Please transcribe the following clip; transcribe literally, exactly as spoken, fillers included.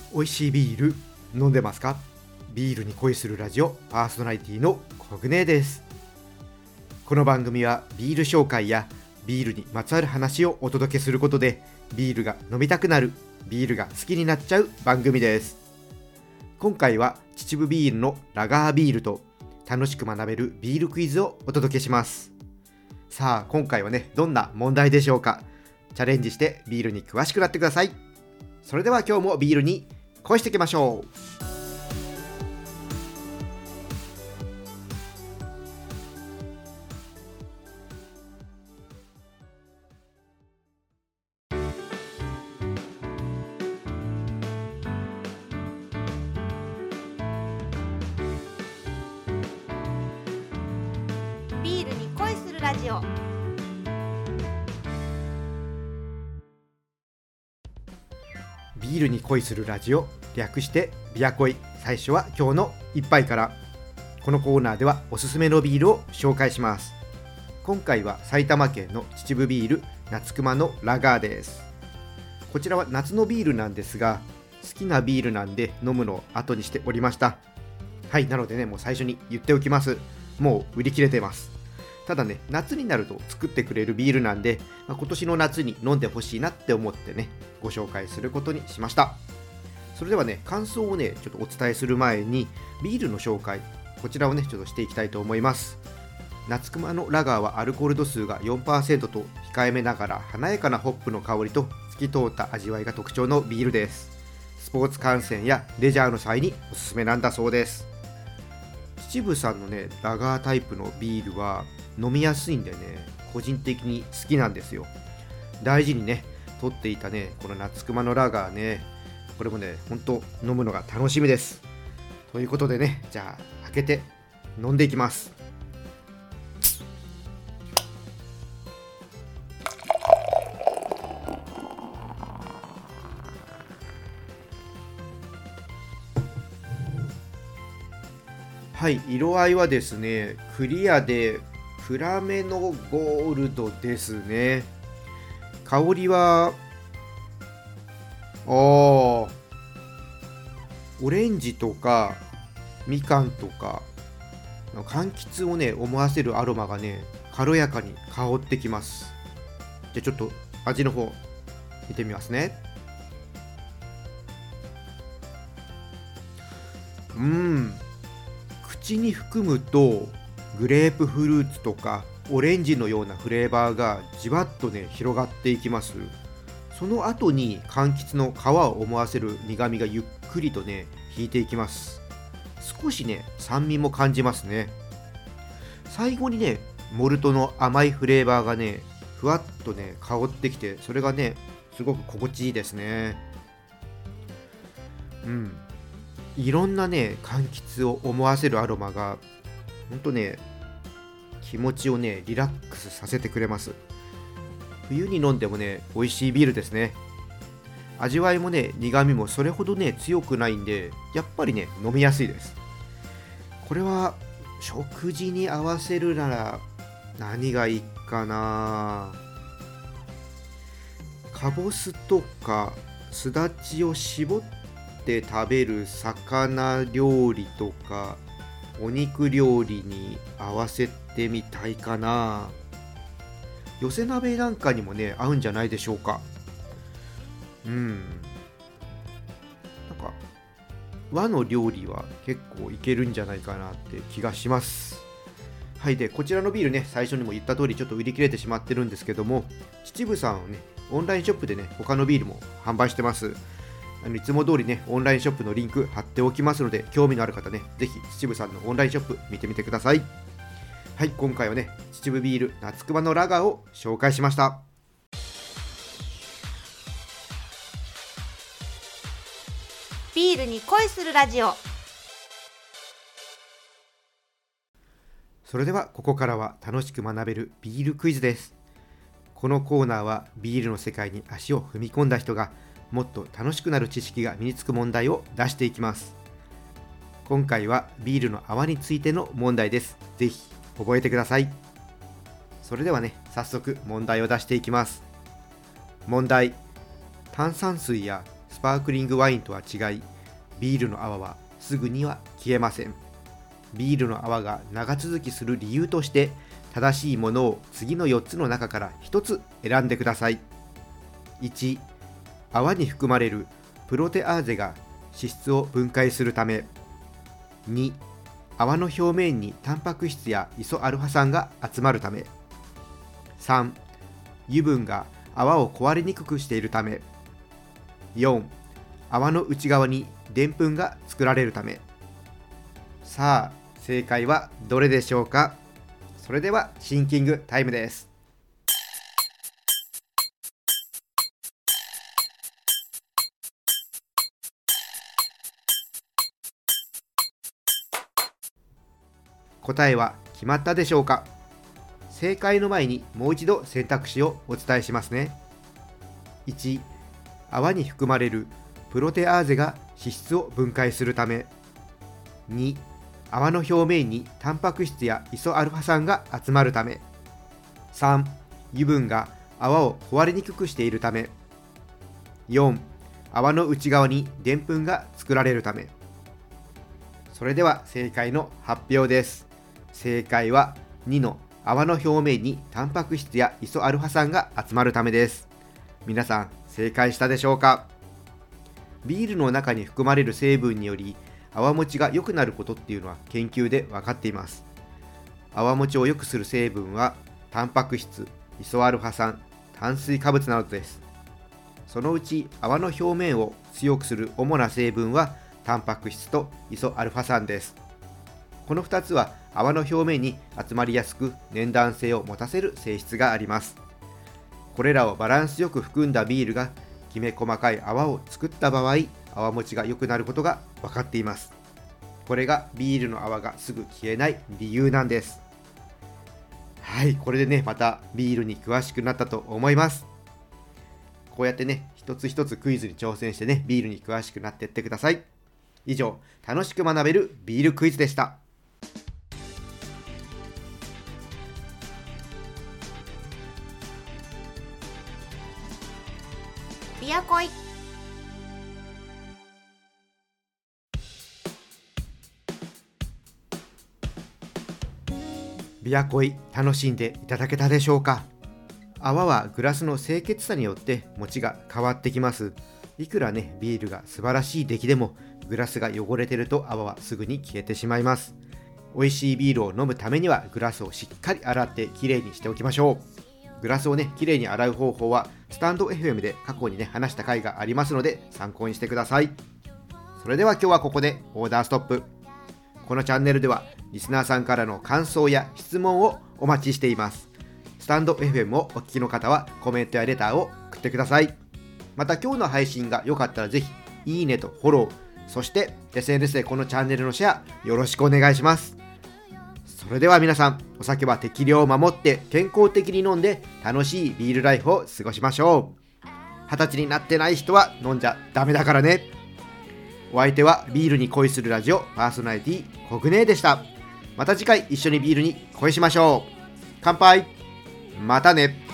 美味しいビール飲んでますか？ビールに恋するラジオパーソナリティのコグネです。この番組はビール紹介やビールにまつわる話をお届けすることで、ビールが飲みたくなる、ビールが好きになっちゃう番組です。今回は秩父ビールのラガービールと楽しく学べるビールクイズをお届けします。さあ今回はね、どんな問題でしょうか。チャレンジしてビールに詳しくなってください。それでは今日もビールに恋していきましょう。 ビールに恋するラジオ。 ビールに恋するラジオ、略してビア恋。最初は今日の一杯から。このコーナーではおすすめのビールを紹介します。今回は埼玉県の秩父ビール夏熊のラガーです。こちらは夏のビールなんですが、好きなビールなんで飲むのを後にしておりました。はい、なのでね、もう最初に言っておきます。もう売り切れてます。ただね、夏になると作ってくれるビールなんで、まあ、今年の夏に飲んでほしいなって思ってね、ご紹介することにしました。それではね、感想をね、ちょっとお伝えする前に、ビールの紹介、こちらをね、ちょっとしていきたいと思います。夏熊のラガーはアルコール度数が よんパーセント と控えめながら華やかなホップの香りと透き通った味わいが特徴のビールです。スポーツ観戦やレジャーの際におすすめなんだそうです。秩父さんのね、ラガータイプのビールは飲みやすいんでね、個人的に好きなんですよ。大事にね、取っていたね、この夏熊のラガーね、これもね、ほんと飲むのが楽しみです。ということでね、じゃあ開けて飲んでいきます。はい、色合いはですね、クリアで暗めのゴールドですね。香りは、あー、オレンジとかみかんとか、柑橘をね、思わせるアロマがね、軽やかに香ってきます。じゃあちょっと味の方見てみますね。うーん。口に含むとグレープフルーツとかオレンジのようなフレーバーがじわっとね広がっていきます。その後に柑橘の皮を思わせる苦みがゆっくりとね引いていきます。少しね酸味も感じますね。最後にねモルトの甘いフレーバーがねふわっとね香ってきて、それがねすごく心地いいですね。うんいろんなね柑橘を思わせるアロマがほんとね気持ちをねリラックスさせてくれます。冬に飲んでもね美味しいビールですね。味わいもね苦味もそれほどね強くないんで、やっぱりね飲みやすいです。これは食事に合わせるなら何がいいかな。かぼすとかすだちを絞ってで食べる魚料理とかお肉料理に合わせてみたいかな。寄せ鍋なんかにもね合うんじゃないでしょうか。うんなんか和の料理は結構いけるんじゃないかなって気がします。はい、でこちらのビールね、最初にも言った通りちょっと売り切れてしまってるんですけども、秩父さんをねオンラインショップでね他のビールも販売してます。あのいつも通りね、オンラインショップのリンク貼っておきますので、興味のある方ね、ぜひ秩父さんのオンラインショップ見てみてください。はい、今回はね、秩父ビール夏熊のラガーを紹介しました。 ビールに恋するラジオ。 それではここからは楽しく学べるビールクイズです。このコーナーはビールの世界に足を踏み込んだ人がもっと楽しくなる知識が身につく問題を出していきます。今回はビールの泡についての問題です。ぜひ覚えてください。それではね、早速問題を出していきます。問題。炭酸水やスパークリングワインとは違い、ビールの泡はすぐには消えません。ビールの泡が長続きする理由として、正しいものを次のよっつの中からひとつ選んでください。いち、泡に含まれるプロテアーゼが脂質を分解するため。に、泡の表面にタンパク質やイソアルファ酸が集まるため。さん、油分が泡を壊れにくくしているため。よん、泡の内側にでんぷんが作られるため。さあ、正解はどれでしょうか？それではシンキングタイムです。答えは決まったでしょうか？正解の前にもう一度選択肢をお伝えしますね。いち、泡に含まれるプロテアーゼが脂質を分解するため。に、泡の表面にタンパク質やイソアルファ酸が集まるため。さん、油分が泡を壊れにくくしているため。よん、泡の内側にでんぷんが作られるため。それでは正解の発表です。正解はにの泡の表面にタンパク質やイソアルファ酸が集まるためです。皆さん正解したでしょうか？ビールの中に含まれる成分により泡持ちが良くなることっていうのは研究で分かっています。泡持ちを良くする成分はタンパク質、イソアルファ酸、炭水化物などです。そのうち泡の表面を強くする主な成分はタンパク質とイソアルファ酸です。このふたつは泡の表面に集まりやすく粘弾性を持たせる性質があります。これらをバランスよく含んだビールがきめ細かい泡を作った場合、泡持ちが良くなることが分かっています。これがビールの泡がすぐ消えない理由なんです。はい、これでね、またビールに詳しくなったと思います。こうやってね、一つ一つクイズに挑戦してね、ビールに詳しくなっていってください。以上、楽しく学べるビールクイズでした。 ビアコイ。 ビアコイ楽しんでいただけたでしょうか？泡はグラスの清潔さによって持ちが変わってきます。いくらね、ビールが素晴らしい出来でもグラスが汚れてると泡はすぐに消えてしまいます。美味しいビールを飲むためにはグラスをしっかり洗ってきれいにしておきましょう。グラスをね、きれいに洗う方法はスタンド エフエム で過去にね、話した回がありますので参考にしてください。それでは今日はここでオーダーストップ。このチャンネルではリスナーさんからの感想や質問をお待ちしています。スタンド エフエム をお聞きの方はコメントやレターを送ってください。また今日の配信が良かったらぜひいいねとフォロー、そして エスエヌエス でこのチャンネルのシェアよろしくお願いします。それでは皆さん、お酒は適量を守って健康的に飲んで楽しいビールライフを過ごしましょう。二十歳になってない人は飲んじゃダメだからね。お相手はビールに恋するラジオパーソナリティコグネでした。また次回一緒にビールに恋しましょう。乾杯。またね。